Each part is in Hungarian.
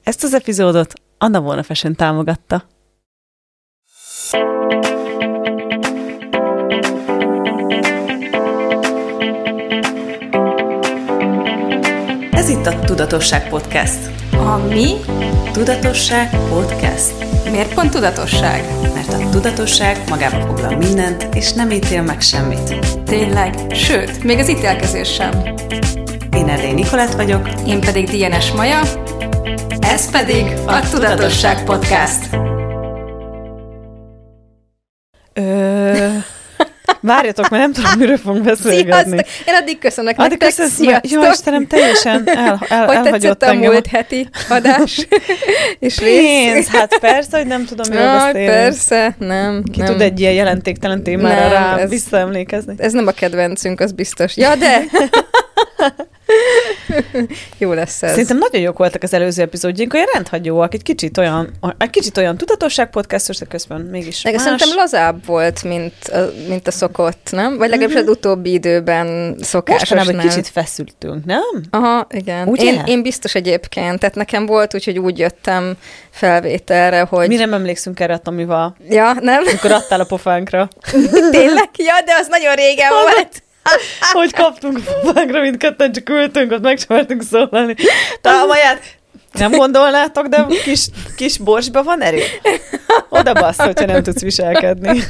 Ezt az epizódot Anna Volna Fashion támogatta. Ez itt a Tudatosság Podcast. A mi? Tudatosság Podcast. Miért pont tudatosság? Mert a tudatosság magába foglal mindent, és nem ítél meg semmit. Tényleg? Sőt, még az ítélkezés sem. Én Erdély Nikolett vagyok. Én pedig DNS Maja. Ez pedig a Tudatosság Podcast. Várjatok, mert nem tudom, miről fogunk beszélgetni. Sziasztok! Én addig köszönök nektek. Sziasztok! Jó, Istenem, teljesen elhagyott hogy tetszett a múlt heti adás és rész? Hát persze, hogy nem tudom, miről beszélni. Persze, nem. Ki tud egy ilyen jelentéktelen témára rá visszaemlékezni? Ez nem a kedvencünk, az biztos. Ja, de... Jó lesz ez. Szerintem nagyon jók voltak az előző epizódjaink, olyan rendhagyóak, egy kicsit olyan tudatosság podcastos, de közben mégis más. Szerintem lazább volt, mint a szokott, nem? Vagy legalábbis az utóbbi időben szokásosnál. Mostanában egy kicsit feszültünk, nem? Aha, igen. Én biztos egyébként, tehát nekem volt úgy, hogy úgy jöttem felvételre, hogy... Mi nem emlékszünk erre a Tomival? Ja, nem? Amikor adtál a pofánkra. Tényleg? Ja, de az nagyon régen volt. Hogy kaptunk pofánkra, mindketten csak ültünk, ott meg sem mertünk szólalni. Maját nem gondolnátok, de kis borsba van erő? Oda bassz, hogyha nem tudsz viselkedni.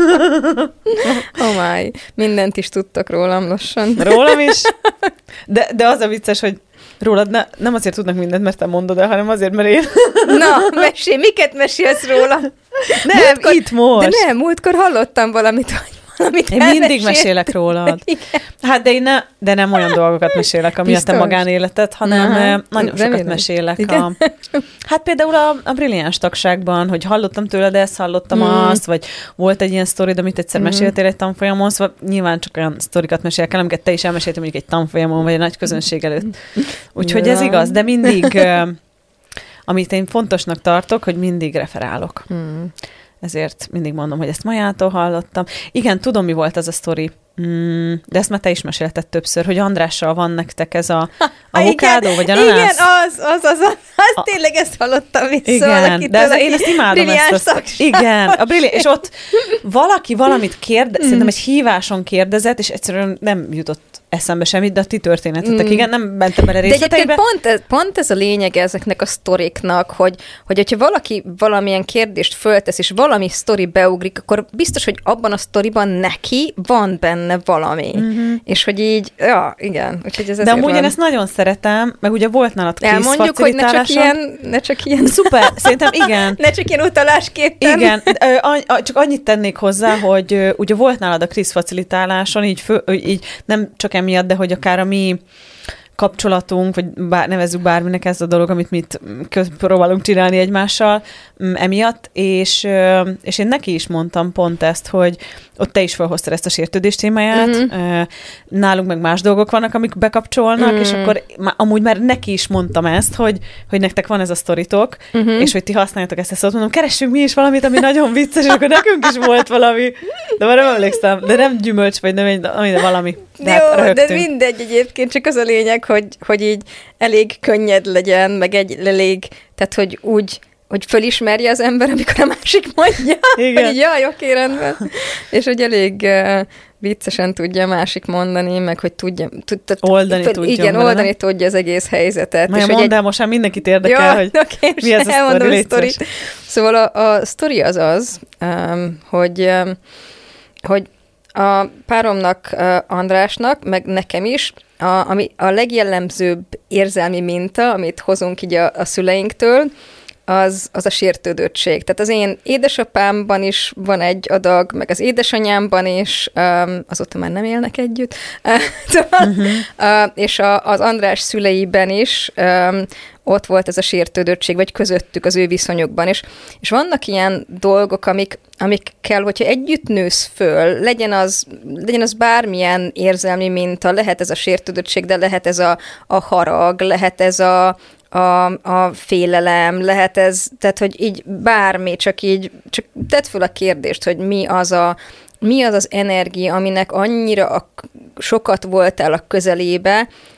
Oh my, mindent is tudtak rólam lassan. Rólam is? De az a vicces, hogy rólad nem azért tudnak mindent, mert te mondod el, hanem azért, mert én... Na, mesélj, miket mesélsz rólam? Nem, itt most. De nem, múltkor hallottam valamit, én mindig mesélek rólad. Hát de nem olyan dolgokat mesélek, ami a te magánéleted, hanem nagyon sokat mesélek. Hát például a brilliáns tagságban, hogy hallottam tőled ezt, hallottam azt, vagy volt egy ilyen sztorid, amit egyszer meséltél egy tanfolyamon, szóval nyilván csak olyan sztorikat mesélek el, amiket te is elmeséltél mondjuk egy tanfolyamon, vagy egy nagy közönség előtt. Úgyhogy ez igaz, de mindig, amit én fontosnak tartok, hogy mindig referálok. Ezért mindig mondom, hogy ezt Majától hallottam. Igen, tudom, mi volt az a sztori, de ezt már te is mesélted többször, hogy Andrással van nektek ez a avokádó, vagy ananász? Igen, az tényleg ezt hallottam vissza. Igen, de én ezt imádom. Igen, és ott valaki valamit szerintem egy híváson kérdezett, és egyszerűen nem jutott eszembe semmit, de a ti történetetek, igen, nem mentem bele részleteibe. De egyébként pont ez a lényeg ezeknek a sztoriknak, hogy hogyha valaki valamilyen kérdést föltesz, és valami sztori beugrik, akkor biztos, hogy abban a sztoriban neki van benne valami. És hogy így, ja, igen. Úgyhogy ez de amúgy én ezt nagyon szeretem, meg ugye volt nálad kvíz elmondjuk, hogy ne csak ilyen... Szuper, szerintem igen. Ne csak ilyen utalásképpen. Igen, csak annyit tennék hozzá, hogy ugye volt nálad a kvíz facilitáláson, így nem csak emiatt, de hogy akár a mi kapcsolatunk, vagy nevezzük bárminek ez a dolog, amit mi próbálunk csinálni egymással emiatt, és én neki is mondtam pont ezt, hogy ott te is felhoztad ezt a sértődés témáját, nálunk meg más dolgok vannak, amik bekapcsolnak, és akkor amúgy már neki is mondtam ezt, hogy nektek van ez a sztoritok, és hogy ti használjátok ezt a szót, mondom, keressünk mi is valamit, ami nagyon vicces, és akkor nekünk is volt valami, de már nem emlékszem, de nem gyümölcs, vagy nem de valami. De mindegy egyébként, csak az a lényeg, hogy így elég könnyed legyen, meg elég, tehát hogy úgy, hogy fölismerje az ember, amikor a másik mondja, hogy így, jaj, oké, rendben. És hogy elég viccesen tudja a másik mondani, meg hogy tudja... oldani tudja az egész helyzetet. Majd mondd el, most már mindenkit érdekel, hogy mi ez a sztori. Szóval a sztori az, hogy a páromnak, Andrásnak, meg nekem is, ami a legjellemzőbb érzelmi minta, amit hozunk így a szüleinktől, az a sértődöttség. Tehát az én édesapámban is van egy adag, meg az édesanyámban is, azóta már nem élnek együtt, és az András szüleiben is ott volt ez a sértődöttség, vagy közöttük az ő viszonyukban is. És vannak ilyen dolgok, amikkel, hogyha együtt nősz föl, legyen az bármilyen érzelmi minta, lehet ez a sértődöttség, de lehet ez a harag, lehet ez a félelem, lehet ez, tehát, hogy így bármi, csak tedd föl a kérdést, hogy mi az energia, aminek annyira sokat voltál a közelébe,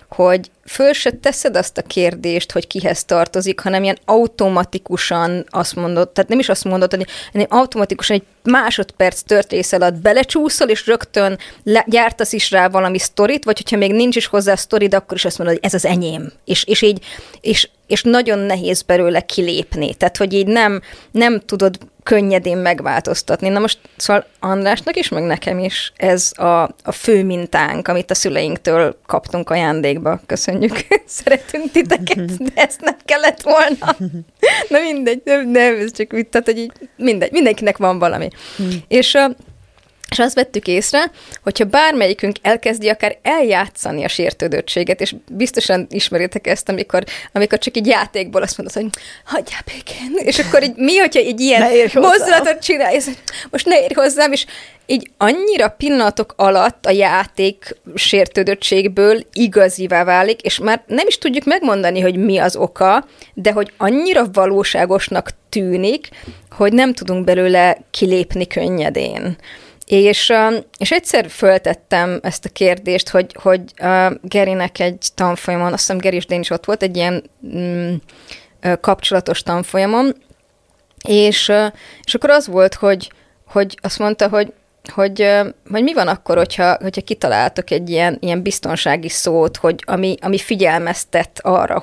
hogy föl se teszed azt a kérdést, hogy kihez tartozik, hanem ilyen automatikusan azt mondod, tehát nem is azt mondod, hanem automatikusan egy másodperc történész alatt belecsúszol, és rögtön gyártasz is rá valami sztorit, vagy hogyha még nincs is hozzá sztorid, akkor is azt mondod, hogy ez az enyém. És nagyon nehéz belőle kilépni. Tehát, hogy így nem tudod könnyedén megváltoztatni. Na most szóval Andrásnak is, meg nekem is ez a fő mintánk, amit a szüleinktől kaptunk ajándékba. Köszönjük, szeretünk titeket, de ezt nem kellett volna. Na mindegy, nem, ez csak tehát, hogy így mindenkinek van valami. És azt vettük észre, hogyha bármelyikünk elkezdi akár eljátszani a sértődöttséget, és biztosan ismeritek ezt, amikor csak így játékból azt mondod, hogy hagyjál békén, és akkor így mi, hogyha egy ilyen mozdulatot csinálj, most ne érj hozzám, és így annyira pillanatok alatt a játék sértődöttségből igazivá válik, és már nem is tudjuk megmondani, hogy mi az oka, de hogy annyira valóságosnak tűnik, hogy nem tudunk belőle kilépni könnyedén. És egyszer föltettem ezt a kérdést, hogy Gerinek egy tanfolyamon, azt hiszem Geri és Dén is ott volt, egy ilyen kapcsolatos tanfolyamon, és akkor az volt, hogy azt mondta, hogy mi van akkor, hogyha kitaláltok egy ilyen biztonsági szót, ami figyelmeztet arra,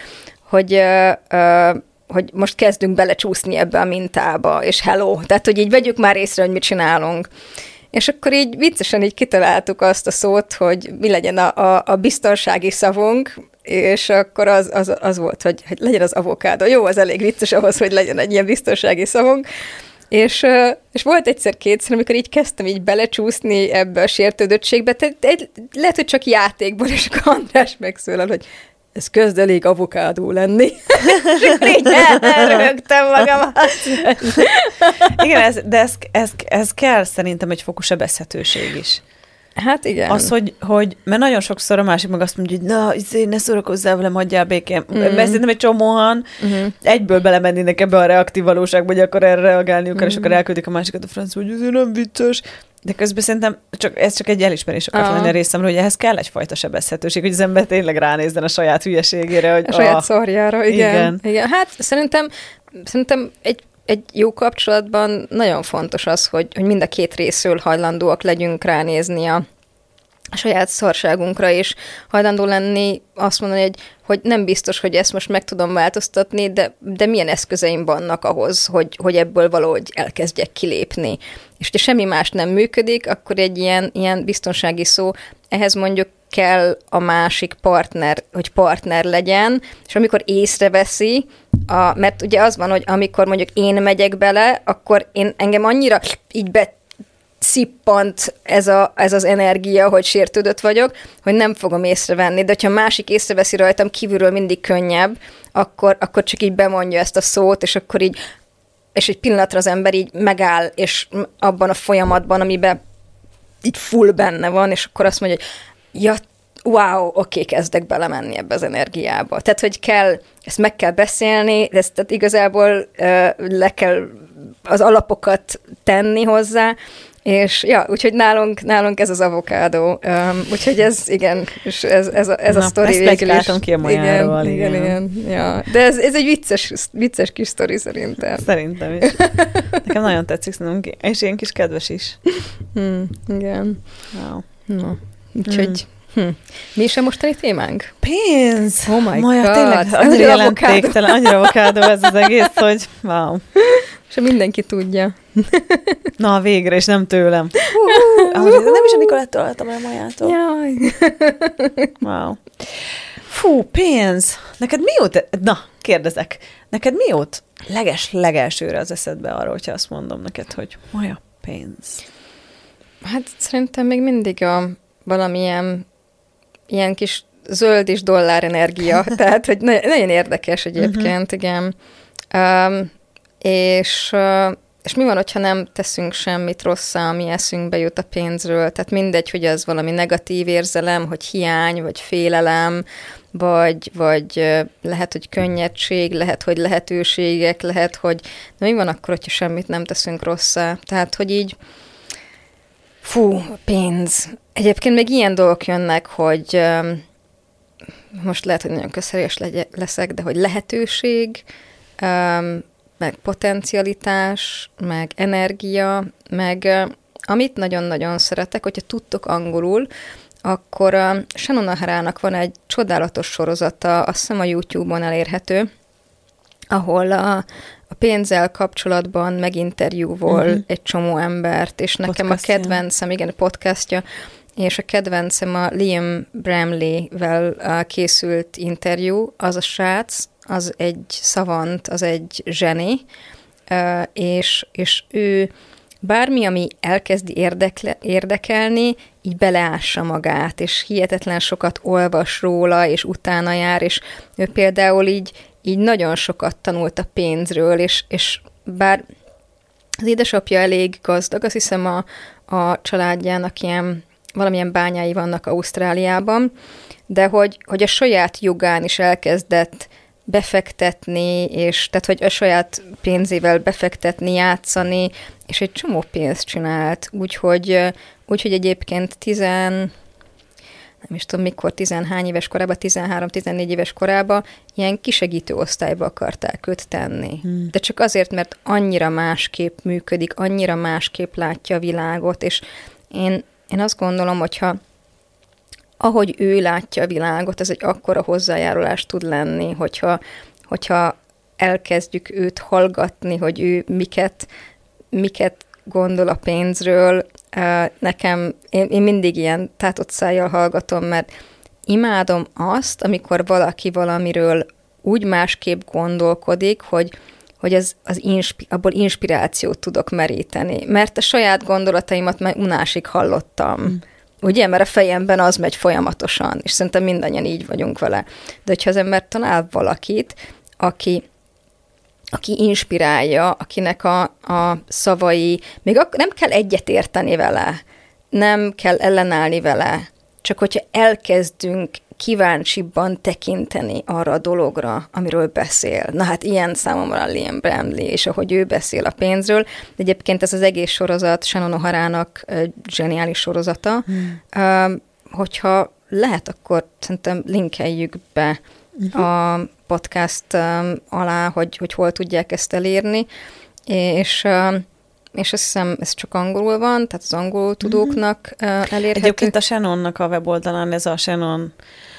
hogy most kezdünk belecsúszni ebbe a mintába, és hello, tehát, hogy így vegyük már észre, hogy mit csinálunk. És akkor így viccesen így kitaláltuk azt a szót, hogy mi legyen a biztonsági szavunk, és akkor az volt, hogy legyen az avokádó. Jó, az elég vicces ahhoz, hogy legyen egy ilyen biztonsági szavunk. És volt egyszer-kétszer, amikor így kezdtem így belecsúszni ebbe a sértődöttségbe, tehát lehet, hogy csak játékból, és akkor András megszólal, hogy ez kezd elég avokádó lenni. És akkor így elrögtem magamat. Igen, de ez kell szerintem egy fokú sebezhetőség is. Hát igen. Az, hogy mert nagyon sokszor a másik meg azt mondja, hogy na, ne szórakozzál velem, hagyjál békén. Mert szerintem egy csomóan egyből belemennének ebbe a reaktív valóságba, hogy akkor erre reagálniuk kell, és akkor elküldik a másikat a francia, hogy ez nem vicces. De közben szerintem ez csak egy elismerés akart lenni a részemről, hogy ehhez kell egyfajta sebezhetőség, hogy az ember tényleg ránézzen a saját hülyeségére. Hogy a saját szarjára, igen. Hát szerintem egy jó kapcsolatban nagyon fontos az, hogy mind a két részről hajlandóak legyünk ránézni a saját szarságunkra, és hajlandó lenni azt mondani, hogy nem biztos, hogy ezt most meg tudom változtatni, de milyen eszközeim vannak ahhoz, hogy ebből valahogy elkezdjek kilépni. És ha semmi más nem működik, akkor egy ilyen biztonsági szó, ehhez mondjuk kell a másik partner, hogy partner legyen, és amikor észreveszi, mert ugye az van, hogy amikor mondjuk én megyek bele, akkor engem annyira így szippant ez az energia, hogy sértődött vagyok, hogy nem fogom észrevenni, de ha másik észreveszi rajtam, kívülről mindig könnyebb, akkor csak így bemondja ezt a szót, és akkor így, és egy pillanatra az ember így megáll, és abban a folyamatban, amiben így full benne van, és akkor azt mondja, hogy ja, wow, oké, kezdek belemenni ebbe az energiába. Tehát, hogy ezt meg kell beszélni, tehát igazából le kell az alapokat tenni hozzá, és ja, úgyhogy nálunk ez az avokádó. Úgyhogy ez, igen, és ez a sztori végül is. Látom ki a majáról. Igen. Ja. De ez egy vicces kis sztori szerintem. Szerintem is. Nekem nagyon tetszik, szerintem, és ilyen kis kedves is. Igen. Wow. Na, úgyhogy mi is a mostani témánk? Pénz! Oh my Maja, God! Tényleg, annyira jelentéktelen, annyira avokádó ez az egész, hogy wow. És mindenki tudja. Na, végre, és nem tőlem. Nem is a Nikolettől hallottam el Majától. Jaj. Wow. Fú, pénz! Neked mi jut? Na, kérdezek. Neked mi jut legelsőre az eszedbe arra, hogyha azt mondom neked, hogy Maja, pénz? Hát szerintem még mindig valamilyen ilyen kis zöld és dollár energia. Tehát, hogy nagyon érdekes egyébként, igen. És mi van, hogyha nem teszünk semmit rosszá, ami eszünkbe jut a pénzről? Tehát mindegy, hogy az valami negatív érzelem, hogy hiány, vagy félelem, vagy lehet, hogy könnyedség, lehet, hogy lehetőségek, lehet, hogy... De mi van akkor, hogyha semmit nem teszünk rosszá? Tehát, hogy így... Fú, pénz. Egyébként még ilyen dolgok jönnek, hogy most lehet, hogy nagyon közhelyes leszek, de hogy lehetőség, meg potencialitás, meg energia, meg amit nagyon-nagyon szeretek, hogyha tudtok angolul, akkor Shannon O'Hara-nak van egy csodálatos sorozata, azt hiszem a YouTube-on elérhető, ahol a pénzzel kapcsolatban meginterjúvol egy csomó embert, és nekem a kedvencem, igen, a podcastja, és a kedvencem a Liam Bramley-vel készült interjú, az a srác, az egy szavant, az egy zseni, és ő bármi, ami elkezdi érdekelni, így beleássa magát, és hihetetlen sokat olvas róla, és utána jár, és ő például így nagyon sokat tanult a pénzről, és bár az édesapja elég gazdag, azt hiszem a családjának valamilyen bányái vannak Ausztráliában, de hogy a saját jogán is elkezdett befektetni, és tehát, hogy a saját pénzével befektetni, játszani, és egy csomó pénzt csinált, úgyhogy egyébként nem is tudom mikor, 10-hány éves korában, 13-14 éves korában ilyen kisegítő osztályba akarták őt tenni. De csak azért, mert annyira másképp működik, annyira másképp látja a világot, és én azt gondolom, hogyha ahogy ő látja a világot, ez egy akkora hozzájárulás tud lenni, hogyha elkezdjük őt hallgatni, hogy ő miket gondol a pénzről. Nekem, én mindig ilyen tátott szájjal hallgatom, mert imádom azt, amikor valaki valamiről úgy másképp gondolkodik, hogy abból inspirációt tudok meríteni. Mert a saját gondolataimat már unásig hallottam. Ugye? Mert a fejemben az megy folyamatosan, és szerintem mindannyian így vagyunk vele. De hogyha az ember talál valakit, aki inspirálja, akinek a szavai, még nem kell egyetérteni vele, nem kell ellenállni vele, csak hogyha elkezdünk kíváncsibban tekinteni arra a dologra, amiről beszél. Na hát ilyen számomra a Liam Bramley, és ahogy ő beszél a pénzről, de egyébként ez az egész sorozat Shannon O'Hara-nak zseniális sorozata. Hogyha lehet, akkor szerintem linkeljük be a podcast alá, hogy hol tudják ezt elérni, és azt hiszem, ez csak angolul van, tehát az angol tudóknak elérhető. Egyébként a Shannonnak a weboldalán ez a Shannon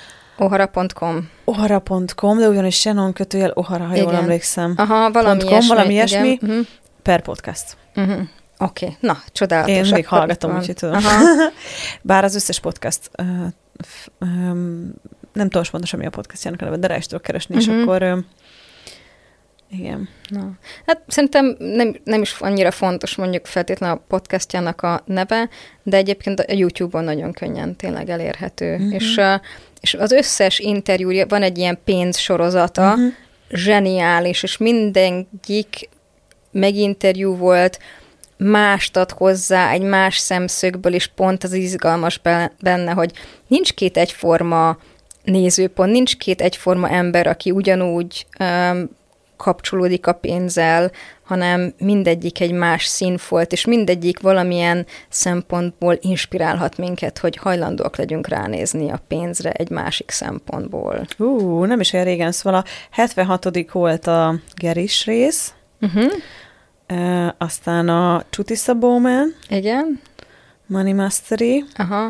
O'Hara.com, de ugyanis Shannon / O'Hara, ha jól emlékszem. Aha, valami ilyesmi per podcast. Oké, na, csodálatos. Én még hallgatom, úgyhogy tudom. Bár az összes podcast, nem tudom pontosan, mi a podcastjának a neve, de rá is tudok keresni, és akkor igen. Na. Hát szerintem nem is annyira fontos mondjuk feltétlenül a podcastjának a neve, de egyébként a YouTube-on nagyon könnyen tényleg elérhető. És az összes interjúja, van egy ilyen pénzsorozata, zseniális, és mindegyik meginterjú volt, mást ad hozzá, egy más szemszögből, és pont az izgalmas benne, hogy nincs két egyforma nézőpont, nincs két egyforma ember, aki ugyanúgy kapcsolódik a pénzzel, hanem mindegyik egy más színfolt, és mindegyik valamilyen szempontból inspirálhat minket, hogy hajlandóak legyünk ránézni a pénzre egy másik szempontból. Nem is olyan régen, szóval a 76. volt a Geris rész, aztán a Chutisa Bowman, igen, Money Mastery,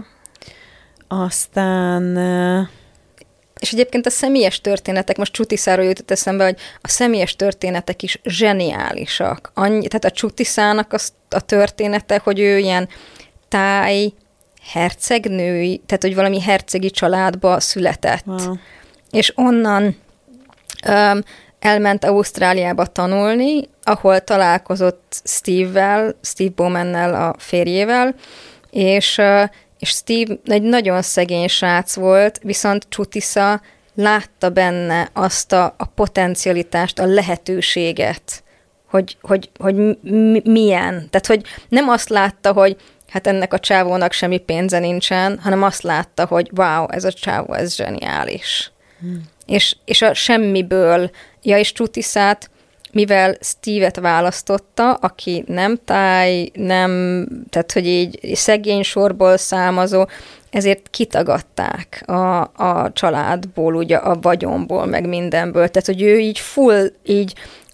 aztán és egyébként a személyes történetek, most Chutisáról jutott eszembe, hogy a személyes történetek is zseniálisak. Tehát a Chutisának a története, hogy ő ilyen táj hercegnői, tehát hogy valami hercegi családba született. Wow. És onnan elment Ausztráliába tanulni, ahol találkozott Steve Bowmannel, a férjével, és Steve egy nagyon szegény srác volt, viszont Chutisa látta benne azt a potencialitást, a lehetőséget, hogy milyen. Tehát, hogy nem azt látta, hogy hát ennek a csávónak semmi pénze nincsen, hanem azt látta, hogy wow, ez a csávó, ez zseniális. És a semmiből, és Chutisát mivel Steve-et választotta, aki nem táj, tehát hogy így szegény sorból származó, ezért kitagadták a családból, ugye a vagyonból, meg mindenből. Tehát, hogy ő így full, így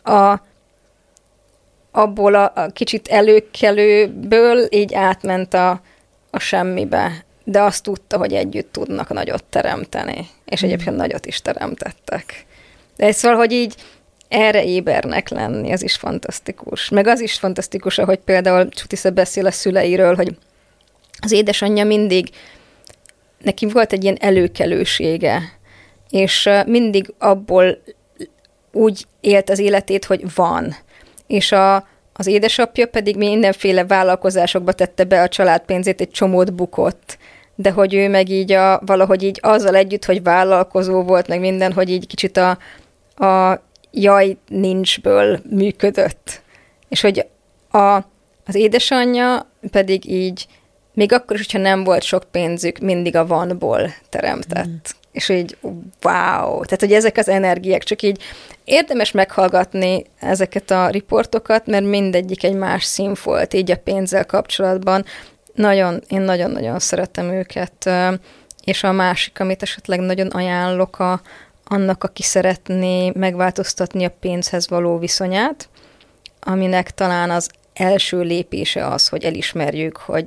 abból a kicsit előkelőből így átment a semmibe. De azt tudta, hogy együtt tudnak nagyot teremteni. És egyébként nagyot is teremtettek. De szóval, hogy így erre ébernek lenni, az is fantasztikus. Meg az is fantasztikus, ahogy például Csutisza beszél a szüleiről, hogy az édesanyja mindig, neki volt egy ilyen előkelősége, és mindig abból úgy élt az életét, hogy van. És az édesapja pedig mindenféle vállalkozásokba tette be a családpénzét, egy csomót bukott, de hogy ő meg így valahogy így azzal együtt, hogy vállalkozó volt, meg minden, hogy így kicsit a jaj nincsből működött. És hogy az édesanyja pedig így, még akkor is, hogyha nem volt sok pénzük, mindig a vanból teremtett. És így wow! Tehát, hogy ezek az energiák, csak így érdemes meghallgatni ezeket a riportokat, mert mindegyik egy más színfolt, így a pénzzel kapcsolatban. Én nagyon-nagyon szeretem őket. És a másik, amit esetleg nagyon ajánlok annak, aki szeretné megváltoztatni a pénzhez való viszonyát, aminek talán az első lépése az, hogy elismerjük, hogy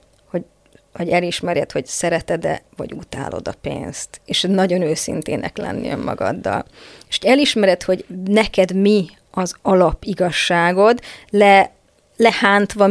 elismerjed, hogy szereted-e, vagy utálod a pénzt. És nagyon őszintének lenni önmagaddal. És elismered, hogy neked mi az alapigazságod, lehántva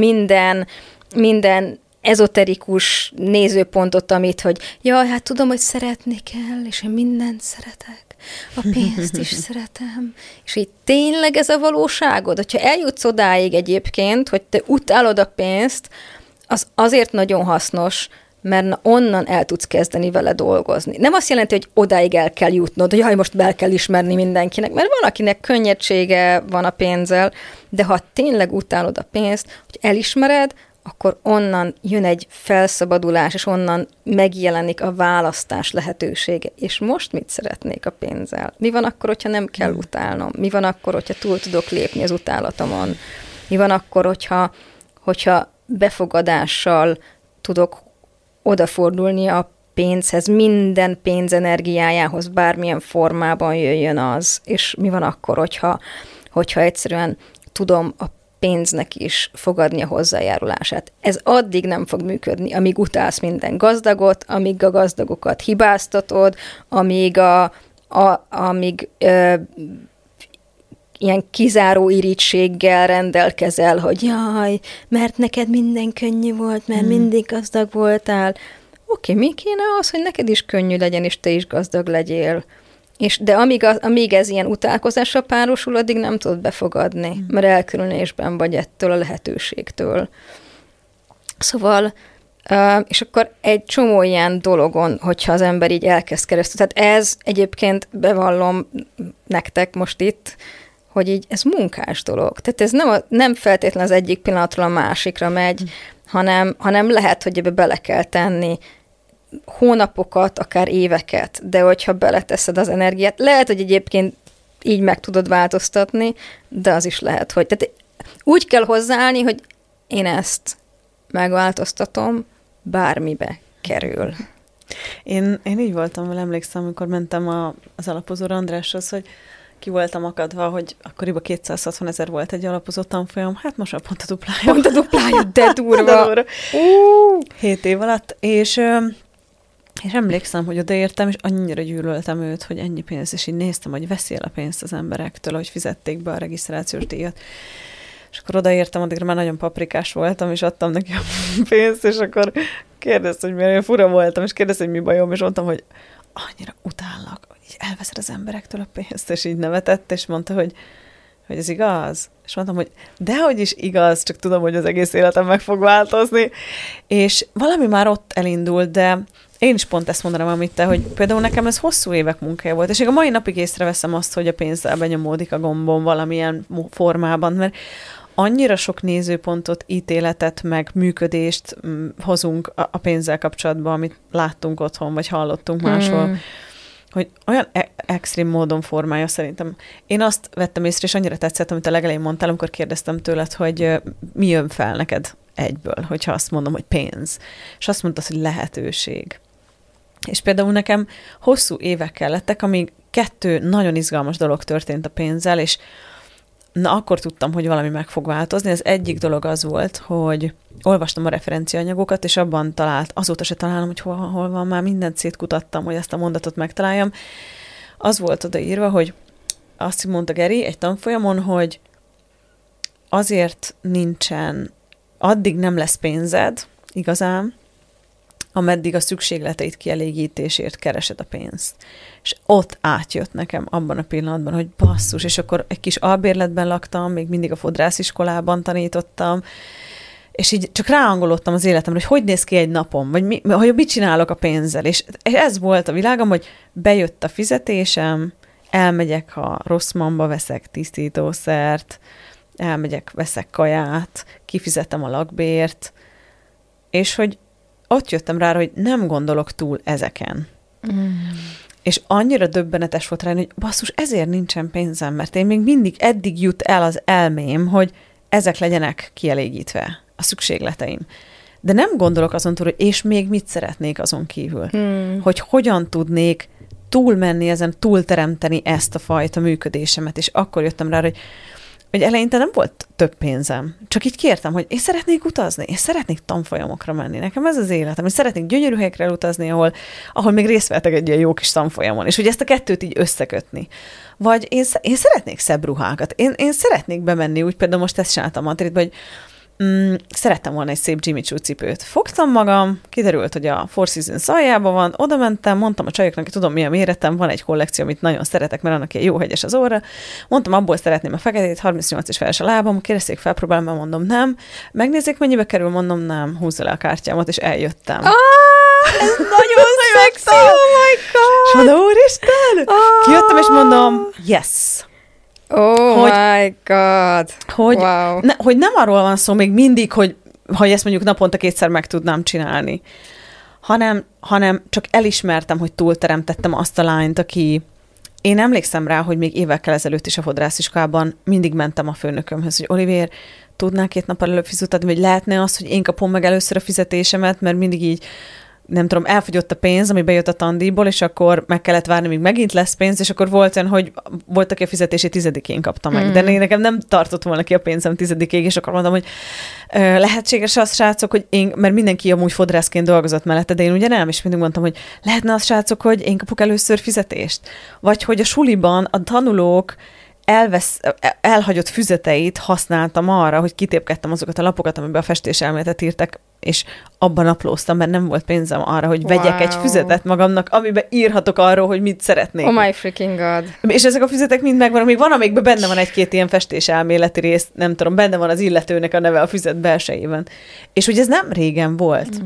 minden ezoterikus nézőpontot, amit, hogy jaj, hát tudom, hogy szeretni kell, és én mindent szeretek. A pénzt is szeretem. És így tényleg ez a valóságod? Hogyha eljutsz odáig egyébként, hogy te utálod a pénzt, az azért nagyon hasznos, mert onnan el tudsz kezdeni vele dolgozni. Nem azt jelenti, hogy odáig el kell jutnod, hogy jaj, most be kell ismerni mindenkinek, mert van, akinek könnyedsége van a pénzzel, de ha tényleg utálod a pénzt, hogy elismered, akkor onnan jön egy felszabadulás, és onnan megjelenik a választás lehetősége. És most mit szeretnék a pénzzel? Mi van akkor, hogyha nem kell utálnom? Mi van akkor, hogyha túl tudok lépni az utálatomon? Mi van akkor, hogyha befogadással tudok odafordulni a pénzhez, minden pénzenergiájához, bármilyen formában jöjjön az, és mi van akkor, hogyha egyszerűen tudom a pénznek is fogadni a hozzájárulását. Ez addig nem fog működni, amíg utálsz minden gazdagot, amíg a gazdagokat hibáztatod, amíg ilyen kizáró irítséggel rendelkezel, hogy jaj, mert neked minden könnyű volt, mert mindig gazdag voltál. Oké, mi kéne az, hogy neked is könnyű legyen, és te is gazdag legyél. De amíg ez ilyen utálkozással párosul, addig nem tudod befogadni, mert elkülönésben vagy ettől a lehetőségtől. Szóval, és akkor egy csomó ilyen dologon, hogyha az ember így elkezd keresztül. Tehát ez egyébként bevallom nektek most itt, hogy így ez munkás dolog. Tehát ez nem feltétlenül az egyik pillanatról a másikra megy, hanem lehet, hogy ebbe bele kell tenni hónapokat, akár éveket, de hogyha beleteszed az energiát, lehet, hogy egyébként így meg tudod változtatni, de az is lehet, hogy... Tehát úgy kell hozzáállni, hogy én ezt megváltoztatom, bármibe kerül. Én így voltam vele, emlékszem, amikor mentem az alapozóra Andráshoz, hogy ki voltam akadva, hogy akkoriban 260 000 volt egy alapozó tanfolyam, hát most már pont a duplája. Pont a duplája, de durva! 7 év alatt, és emlékszem, hogy odaértem, és annyira gyűlöltem őt, hogy ennyi pénz, és így néztem, hogy veszi el a pénzt az emberektől, hogy fizették be a regisztrációs díjat. És akkor odaértem, addigra már nagyon paprikás voltam, és adtam neki a pénzt, és akkor kérdezte, hogy miért fura voltam, és kérdezte, hogy mi bajom, és mondtam, hogy annyira utállak, hogy így elveszed az emberektől a pénzt, és így nevetett, és mondta, hogy ez igaz? És mondtam, hogy dehogy is igaz, csak tudom, hogy az egész életem meg fog változni. És valami már ott elindult, de én is pont ezt mondanám, amit te, hogy például nekem ez hosszú évek munkája volt, és még a mai napig észreveszem azt, hogy a pénzzel benyomódik a gombom valamilyen formában, mert annyira sok nézőpontot, ítéletet, meg működést hozunk a pénzzel kapcsolatban, amit láttunk otthon, vagy hallottunk máshol, hogy olyan extrém módon formálja szerintem. Én azt vettem észre, és annyira tetszett, amit a legelején mondtál, amikor kérdeztem tőled, hogy mi jön fel neked egyből, hogyha azt mondom, hogy pénz. És azt mondtad, hogy lehetőség. És például nekem hosszú évek kellettek, amíg 2 nagyon izgalmas dolog történt a pénzzel, és akkor tudtam, hogy valami meg fog változni. Az egyik dolog az volt, hogy olvastam a referenciaanyagokat, és abban azóta se találom, hogy hol van, már mindent szétkutattam, hogy ezt a mondatot megtaláljam. Az volt odaírva, hogy azt mondta Geri egy tanfolyamon, hogy azért addig nem lesz pénzed igazán, ameddig a szükségleteit kielégítésért keresed a pénzt. És ott átjött nekem abban a pillanatban, hogy basszus, és akkor egy kis albérletben laktam, még mindig a fodrásziskolában tanítottam, és így csak ráangolódtam az életemre, hogy néz ki egy napom, vagy hogy mit csinálok a pénzzel. És ez volt a világom, hogy bejött a fizetésem, elmegyek, ha Rosszmanba veszek tisztítószert, veszek kaját, kifizetem a lakbért, és hogy ott jöttem rá, hogy nem gondolok túl ezeken. És annyira döbbenetes volt rá, hogy basszus, ezért nincsen pénzem, mert én még mindig eddig jut el az elmém, hogy ezek legyenek kielégítve, a szükségleteim. De nem gondolok azon túl, hogy és még mit szeretnék azon kívül. Hogy hogyan tudnék túlmenni ezen, túlteremteni ezt a fajta működésemet. És akkor jöttem rá, hogy eleinte nem volt több pénzem. Csak így kértem, hogy én szeretnék utazni, én szeretnék tanfolyamokra menni. Nekem ez az életem, és szeretnék gyönyörű helyekre utazni, ahol még részt vettek egy ilyen jó kis tanfolyamon. És hogy ezt a kettőt így összekötni. Vagy én szeretnék szebb ruhákat. Én szeretnék bemenni, úgy például most ezt csináltam Madridba, hogy szerettem volna egy szép Jimmy Choo cipőt. Fogtam magam, kiderült, hogy a Four Seasons aljában van, oda mentem, mondtam a csajoknak, hogy tudom, milyen méretem, van egy kollekció, amit nagyon szeretek, mert annak ilyen jó hegyes az óra. Mondtam, abból szeretném a feketét, 38 és feles a lábam, kérdezték, felpróbálom, mondom, nem. Megnézzék, mennyibe kerül, mondom, nem, húzza le a kártyámat, és eljöttem. Ez nagyon szexi, oh my god! És mondom, úristen! Kijöttem, és mondom, yes! My God! Wow. Hogy nem arról van szó még mindig, hogy ezt mondjuk naponta 2-szer meg tudnám csinálni, hanem csak elismertem, hogy túlteremtettem azt a lányt, aki... Én emlékszem rá, hogy még évekkel ezelőtt is a fodrásziskában mindig mentem a főnökömhöz, hogy Olivér, tudnál 2 nappal előbb fizetni, vagy lehetne az, hogy én kapom meg először a fizetésemet, mert mindig így nem tudom, elfogyott a pénz, ami bejött a tandíjból, és akkor meg kellett várni, míg megint lesz pénz, és akkor volt olyan, hogy volt, aki a fizetési 10-én kapta meg. De nekem nem tartott volna ki a pénzem 10-ig, és akkor mondom, hogy lehetséges az, srácok, hogy mert mindenki amúgy fodrászként dolgozott mellette, de én ugye nem, és mindig mondtam, hogy lehetne az, srácok, hogy én kapok először fizetést. Vagy hogy a suliban a tanulók elhagyott füzeteit használtam arra, hogy kitépkedtem azokat a lapokat, amiben a festéselméletet írtak, és abban naplóztam, mert nem volt pénzem arra, hogy vegyek egy füzetet magamnak, amiben írhatok arról, hogy mit szeretnék. Oh my freaking God. És ezek a füzetek mind megvannak. Még van, amikben benne van 1-2 ilyen festéselméleti rész, nem tudom, benne van az illetőnek a neve a füzet belsejében. És hogy ez nem régen volt.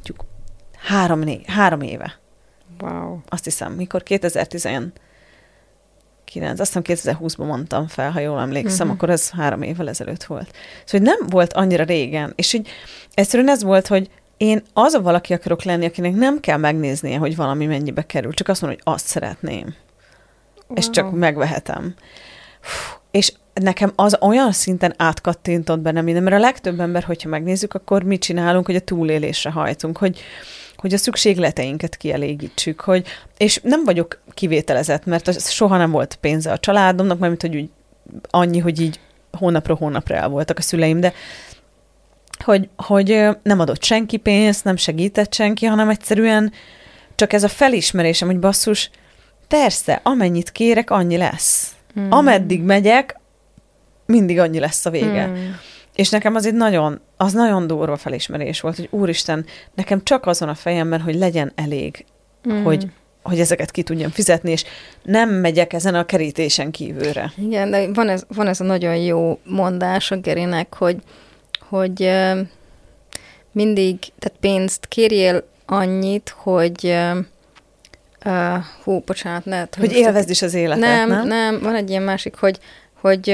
3 éve. Wow. Azt hiszem, mikor 2019, azt hiszem 2020-ban mondtam fel, ha jól emlékszem, akkor ez 3 évvel ezelőtt volt. Szóval nem volt annyira régen. És így egyszerűen ez volt, hogy én az a valaki akarok lenni, akinek nem kell megnéznie, hogy valami mennyibe kerül, csak azt mondom, hogy azt szeretném. Wow. És csak megvehetem. És nekem az olyan szinten átkattintott bennem minden, mert a legtöbb ember, hogyha megnézzük, akkor mit csinálunk, hogy a túlélésre hajtunk, hogy a szükségleteinket kielégítsük, és nem vagyok kivételezett, mert soha nem volt pénze a családomnak, mert hogy úgy annyi, hogy így hónapról hónapra el voltak a szüleim, de hogy nem adott senki pénzt, nem segített senki, hanem egyszerűen csak ez a felismerésem, hogy basszus, persze, amennyit kérek, annyi lesz. Ameddig megyek, mindig annyi lesz a vége. És nekem az nagyon durva felismerés volt, hogy úristen, nekem csak azon a fejemben, hogy legyen elég, hogy ezeket ki tudjam fizetni, és nem megyek ezen a kerítésen kívülre. Igen, de van ez a nagyon jó mondás a Gerinek, hogy mindig, tehát pénzt kérjél annyit, hogy bocsánat, ne. Hogy élvezd is az életet, nem? Van egy ilyen másik, hogy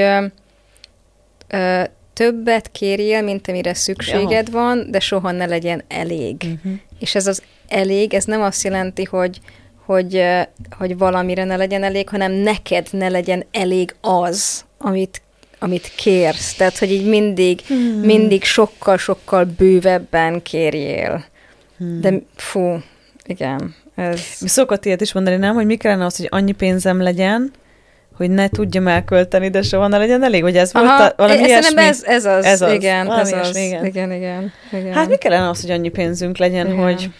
többet kérjél, mint amire szükséged van, de soha ne legyen elég. És ez az elég, ez nem azt jelenti, hogy valamire ne legyen elég, hanem neked ne legyen elég az, amit kérsz. Tehát, hogy így mindig sokkal-sokkal bővebben kérjél. De igen. Mi szokott ilyet is mondani, nem? Hogy mi kellene az, hogy annyi pénzem legyen, hogy ne tudjam elkölteni, de soha ne legyen elég, hogy ez volt valami ilyesmi. Ez az. Igen, ez az. Igen. Hát mi kellene az, hogy annyi pénzünk legyen, igen. hogy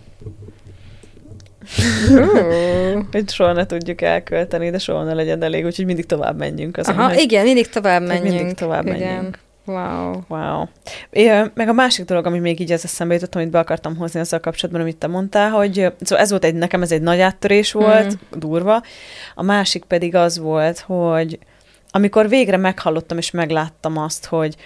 soha ne tudjuk elkölteni, de soha ne legyen elég, úgyhogy mindig tovább menjünk. Igen, mindig tovább menjünk. Mindig tovább menjünk. Wow. Meg a másik dolog, ami még így ez eszembe jutott, amit be akartam hozni azzal kapcsolatban, amit te mondtál, hogy szóval ez volt nekem ez egy nagy áttörés volt, durva. A másik pedig az volt, hogy amikor végre meghallottam és megláttam azt, hogy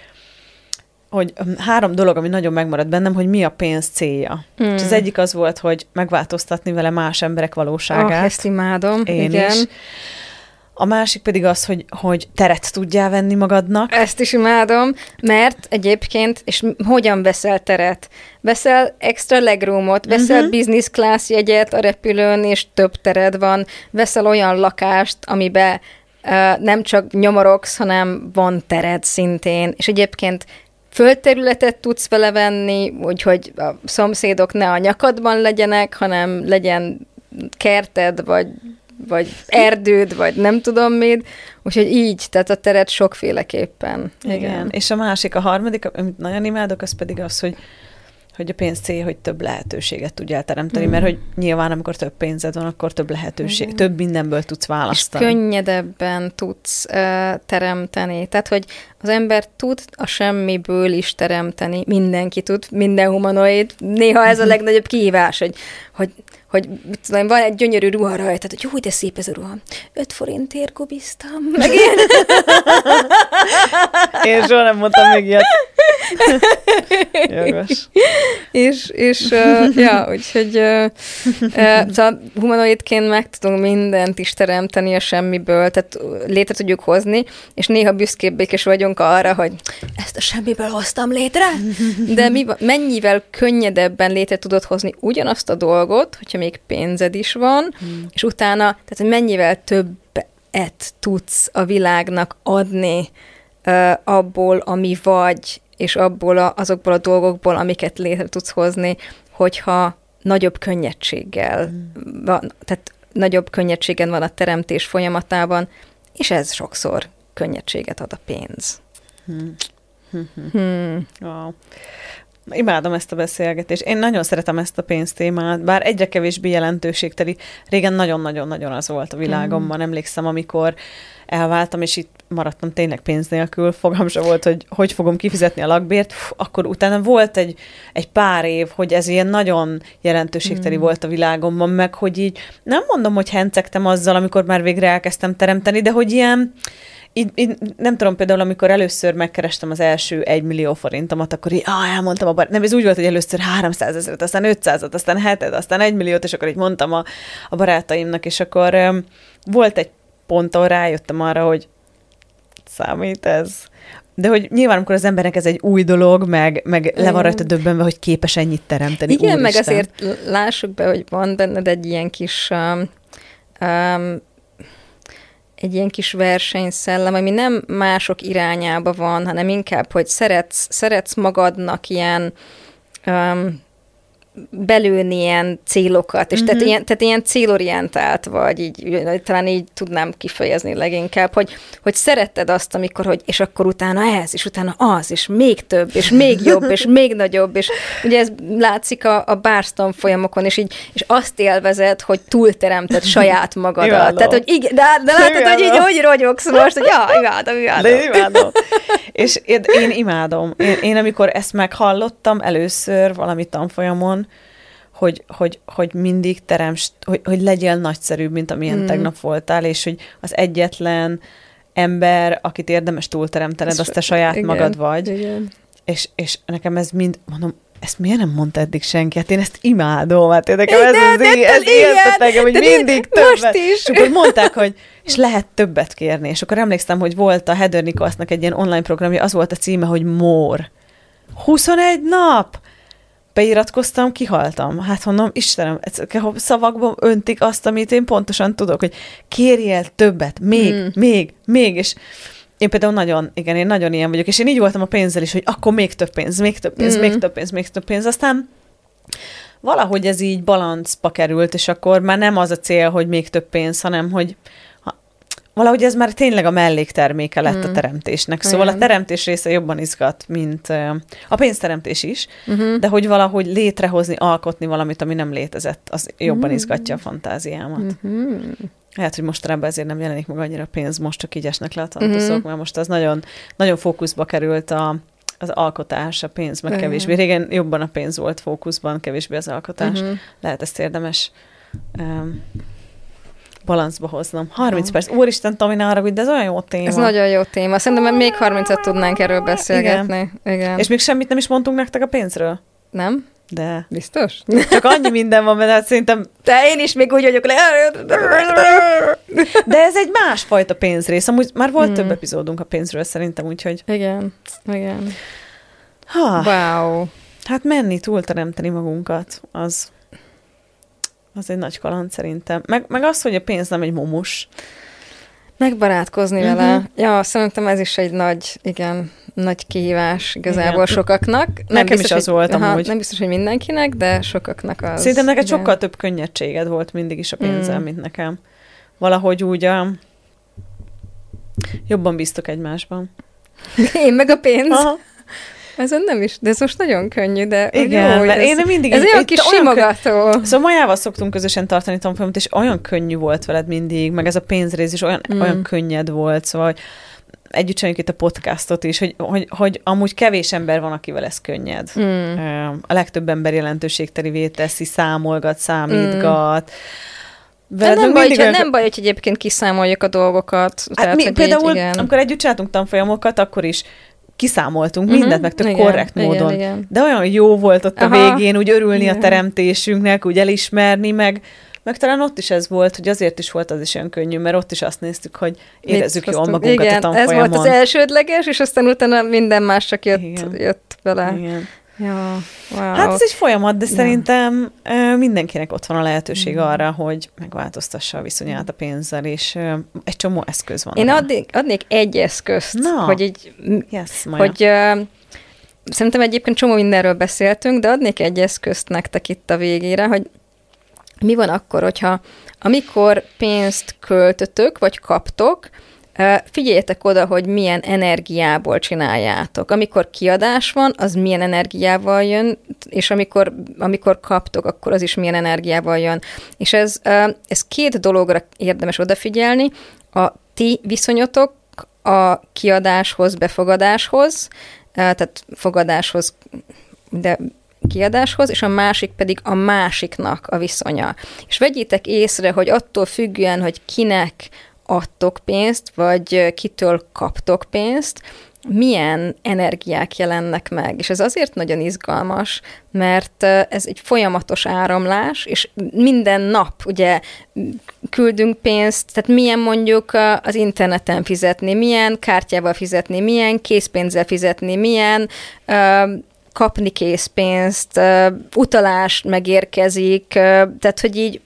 3 dolog, ami nagyon megmaradt bennem, hogy mi a pénz célja. És az egyik az volt, hogy megváltoztatni vele más emberek valóságát. Ezt imádom. Én igen. is. A másik pedig az, hogy teret tudjál venni magadnak. Ezt is imádom, mert egyébként, és hogyan veszel teret? Veszel extra legroomot, veszel business class jegyet a repülőn, és több tered van, veszel olyan lakást, amiben nem csak nyomorogsz, hanem van tered szintén, és egyébként földterületet tudsz vele venni, úgyhogy a szomszédok ne a nyakadban legyenek, hanem legyen kerted, vagy erdőd, vagy nem tudom mit, úgyhogy így, tehát a teret sokféleképpen. Igen. És a harmadik, amit nagyon imádok, az pedig az, hogy a pénz célja, hogy több lehetőséget tudjál teremteni, mert hogy nyilván, amikor több pénzed van, akkor több lehetőség, több mindenből tudsz választani. És könnyedebben tudsz teremteni. Tehát, hogy az ember tud a semmiből is teremteni. Mindenki tud, minden humanoid. Néha ez a legnagyobb kihívás, hogy tudom, van egy gyönyörű ruha rajta, hogy jó, de szép ez a ruha. 5 forintért gubiztam. Meg én. Én soha nem mondtam még ilyet. Jogos. Úgyhogy szóval humanoidként meg tudunk mindent is teremteni a semmiből, tehát létre tudjuk hozni, és néha büszkébbek is vagyunk arra, hogy ezt a semmiből hoztam létre, de mennyivel könnyedebben létre tudod hozni ugyanazt a dolgot, hogyha még pénzed is van, és utána, tehát hogy mennyivel többet tudsz a világnak adni abból, ami vagy, és azokból a dolgokból, amiket létre tudsz hozni, hogyha nagyobb könnyedséggel van, tehát nagyobb könnyedségen van a teremtés folyamatában, és ez sokszor könnyedséget ad a pénz. Wow. Imádom ezt a beszélgetést. Én nagyon szeretem ezt a pénztémát, bár egyre kevésbé jelentőségteli. Régen nagyon-nagyon-nagyon az volt a világomban. Emlékszem, amikor elváltam, és itt maradtam tényleg pénz nélkül. Fogalmam sem volt, hogy fogom kifizetni a lakbért. Akkor utána volt egy pár év, hogy ez ilyen nagyon jelentőségteli volt a világomban, meg hogy így nem mondom, hogy hencegtem azzal, amikor már végre elkezdtem teremteni, de hogy ilyen így nem tudom, például, amikor először megkerestem az első 1 millió forintomat, akkor így, elmondtam nem, ez úgy volt, hogy először 300 000, aztán 500-at, aztán 7-et, aztán 1 milliót, és akkor így mondtam a barátaimnak, és akkor volt egy pont, ahol rájöttem arra, hogy számít ez. De hogy nyilván, amikor az embernek ez egy új dolog, meg le van rajta döbbenve, hogy képes ennyit teremteni. Igen, Úristen. meg azért lássuk be, hogy van benned egy ilyen kis versenyszellem, ami nem mások irányába van, hanem inkább, hogy szeretsz magadnak ilyen belőni ilyen célokat, és tehát ilyen célorientált vagy, így, talán így tudnám kifejezni leginkább, hogy szeretted azt, amikor, és akkor utána ez, és utána az, és még több, és még jobb, és még nagyobb, és ugye ez látszik a Bárszton folyamokon, és azt élvezed, hogy túlteremted saját magadat. Imádom. Tehát, hogy igen, de látod, hogy rogyogsz most, hogy imádom. De imádom. És én imádom. Én amikor ezt meghallottam először valami tanfolyamon, hogy mindig teremts, hogy legyél nagyszerűbb, mint amilyen tegnap voltál, és hogy az egyetlen ember, akit érdemes túlteremtened, azt te saját magad vagy. Igen. És nekem ez mind, mondom, ezt miért nem mondta eddig senki? Hát én ezt imádom, hát nekem ez ijesztett engem, hogy mindig többet. És akkor mondták, hogy és lehet többet kérni. És akkor emlékszem, hogy volt a Heather Nicholsnak egy ilyen online programja, az volt a címe, hogy More. 21 nap! beiratkoztam, kihaltam. Hát mondom, Istenem, szavakban öntik azt, amit én pontosan tudok, hogy kérjél többet, még, és én például én nagyon ilyen vagyok, és én így voltam a pénzzel is, hogy akkor még több pénz, aztán valahogy ez így balancba került, és akkor már nem az a cél, hogy még több pénz, hanem hogy valahogy ez már tényleg a mellékterméke lett a teremtésnek. Szóval a teremtés része jobban izgat, mint a pénzteremtés is, de hogy valahogy létrehozni, alkotni valamit, ami nem létezett, az jobban izgatja a fantáziámat. Hát, hogy mostanában ezért nem jelenik meg annyira pénz, most csak így esnek le a tantuszok, mert most az nagyon, nagyon fókuszba került az alkotás, a pénz, meg kevésbé. Régen jobban a pénz volt fókuszban, kevésbé az alkotás. Lehet ezt érdemes balancba hoznom. 30 perc. Úristen, Tomi, ne haragudj, de ez olyan jó téma. Ez nagyon jó téma. Szerintem még 30-at tudnánk erről beszélgetni. Igen. És még semmit nem is mondtunk nektek a pénzről? Nem? De. Biztos? Csak annyi minden van, mert hát szerintem... De én is még úgy vagyok le. De ez egy másfajta pénzrész. Amúgy már volt több epizódunk a pénzről szerintem, úgyhogy... Igen. Wow. Hát menni, túlteremteni magunkat, az egy nagy kaland szerintem. Meg az, hogy a pénz nem egy mumus. Megbarátkozni vele. Ja, szerintem ez is egy nagy kihívás igazából sokaknak. Nekem is az volt amúgy. Nem biztos, hogy mindenkinek, de sokaknak az. Szerintem neked sokkal több könnyedséged volt mindig is a pénzzel, mint nekem. Valahogy úgy jobban bíztok egymásban. Én meg a pénz. Aha. Ezen nem is, de ez most nagyon könnyű, de igen, jó, mert én mindig... Ez olyan kis simogató. Szóval Majával szoktunk közösen tartani tanfolyamot, és olyan könnyű volt veled mindig, meg ez a pénzrész is olyan könnyed volt, szóval hogy együtt csináljuk itt a podcastot is, hogy amúgy kevés ember van, akivel ez könnyed. A legtöbb ember jelentőségtelivé teszi, számolgat, számítgat. Nem baj, hogy egyébként kiszámoljuk a dolgokat. Hát tehát, például, amikor együtt csináltunk tanfolyamokat, akkor is kiszámoltunk mindent, meg tök korrekt módon. Igen. De olyan jó volt ott a végén, úgy örülni a teremtésünknek, úgy elismerni, meg talán ott is ez volt, hogy azért is volt az is olyan könnyű, mert ott is azt néztük, hogy érezzük jól magunkat a tanfolyamon. Ez volt az elsődleges, és aztán utána minden más csak jött vele. Igen. Ja, wow. Hát ez egy folyamat, de szerintem mindenkinek ott van a lehetőség arra, hogy megváltoztassa a viszonyát a pénzzel, és egy csomó eszköz van. Én adnék egy eszközt, hogy szerintem egyébként csomó mindenről beszéltünk, de adnék egy eszközt nektek itt a végére, hogy mi van akkor, amikor pénzt költötök, vagy kaptok, figyeljetek oda, hogy milyen energiából csináljátok. Amikor kiadás van, az milyen energiával jön, és amikor kaptok, akkor az is milyen energiával jön. És ez két dologra érdemes odafigyelni. A ti viszonyotok a kiadáshoz, befogadáshoz, tehát fogadáshoz, de kiadáshoz, és a másik pedig a másiknak a viszonya. És vegyétek észre, hogy attól függően, hogy kinek adtok pénzt, vagy kitől kaptok pénzt, milyen energiák jelennek meg. És ez azért nagyon izgalmas, mert ez egy folyamatos áramlás, és minden nap ugye küldünk pénzt, tehát milyen mondjuk az interneten fizetni, milyen kártyával fizetni, milyen készpénzzel fizetni, milyen kapni készpénzt, utalás megérkezik, tehát, hogy így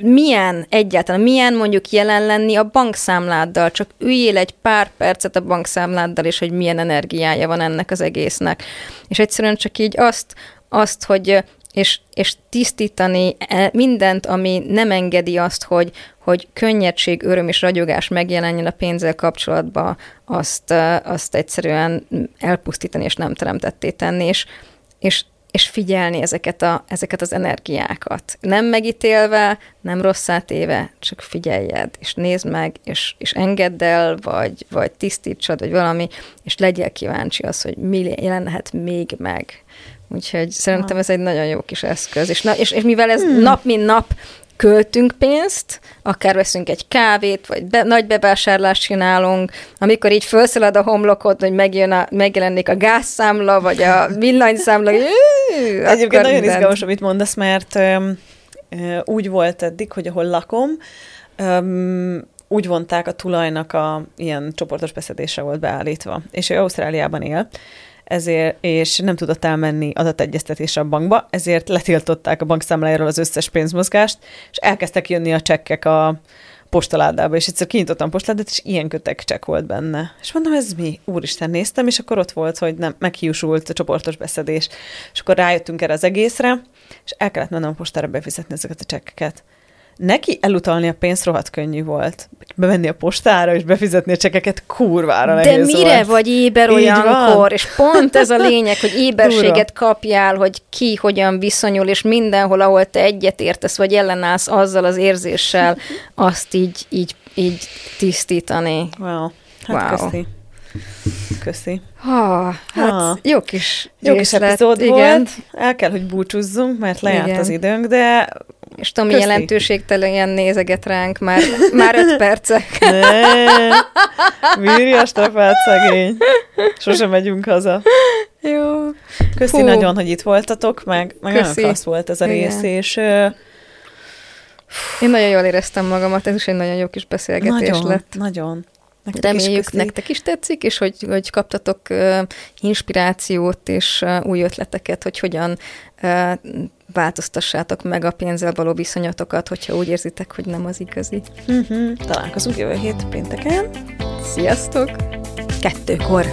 milyen mondjuk jelen lenni a bankszámláddal, csak üljél egy pár percet a bankszámláddal, és hogy milyen energiája van ennek az egésznek. És egyszerűen csak így azt hogy és tisztítani mindent, ami nem engedi azt, hogy könnyedség, öröm és ragyogás megjelenjen a pénzzel kapcsolatban, azt egyszerűen elpusztítani és nem teremtetté tenni, és figyelni ezeket az energiákat. Nem megítélve, nem rosszátéve, csak figyeljed, és nézd meg, és engedd el, vagy tisztítsad, vagy valami, és legyél kíváncsi az, hogy mi jelenhet még meg. Úgyhogy szerintem ez egy nagyon jó kis eszköz. És mivel ez nap mint nap költünk pénzt, akár veszünk egy kávét, vagy nagy bevásárlást csinálunk, amikor így felszalad a homlokod, hogy megjelenik a gázszámla, vagy a villanyszámla. Egyébként nagyon izgalmas, amit mondasz, mert úgy volt eddig, hogy ahol lakom, úgy vonták a tulajnak ilyen csoportos beszedésre volt beállítva, és ő Ausztráliában él, ezért, és nem tudott elmenni adategyeztetésre a bankba, ezért letiltották a bankszámlájáról az összes pénzmozgást, és elkezdtek jönni a csekkek a postaládába, és egyszer kinyitottam a postaládát, és ilyen kötek csekk volt benne. És mondom, ez mi? Úristen, néztem, és akkor ott volt, hogy nem, meghiúsult a csoportos beszedés. És akkor rájöttünk erre az egészre, és el kellett mennem a postára befizetni ezeket a csekkeket. Neki elutalni a pénzt rohadt könnyű volt. Bemenni a postára és befizetni a csekkeket kurvára nehéz De mire vagy éber olyankor? És pont ez a lényeg, hogy éberséget kapjál, hogy ki hogyan viszonyul, és mindenhol, ahol te egyetértesz, vagy ellenállsz azzal az érzéssel, azt így tisztítani. Wow. Hát wow. Köszi. Hát jó kis epizód volt. El kell, hogy búcsúzzunk, mert lejárt az időnk, de és Tomi jelentőségtelen nézeget ránk már 5 percek. Mírjas trafát, szegény. Sosem megyünk haza. Jó. Köszi nagyon, hogy itt voltatok, meg nagyon klassz volt ez a rész, és én nagyon jól éreztem magamat, ez is egy nagyon jó kis beszélgetés lett. Nagyon. Reméljük, nektek is tetszik, és hogy kaptatok inspirációt és új ötleteket, hogy hogyan változtassátok meg a pénzzel való viszonyatokat, hogyha úgy érzitek, hogy nem az igazi. Találkozunk jövő hét pénteken. Sziasztok! 2-kor.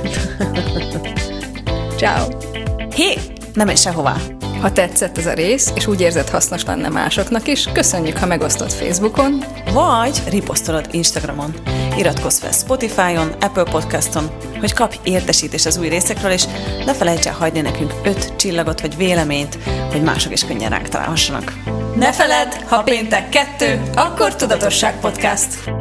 Ciao. Hé, nem menj sehová! Ha tetszett ez a rész, és úgy érzed hasznos lenne másoknak is, köszönjük, ha megosztod Facebookon, vagy riposztolod Instagramon. Iratkozz fel Spotify-on, Apple Podcaston, hogy kapj értesítést az új részekről, és ne felejts el hagyni nekünk 5 csillagot vagy véleményt, hogy mások is könnyen ránk találhassanak. Ne feledd, ha péntek 2, akkor Tudatosság Podcast!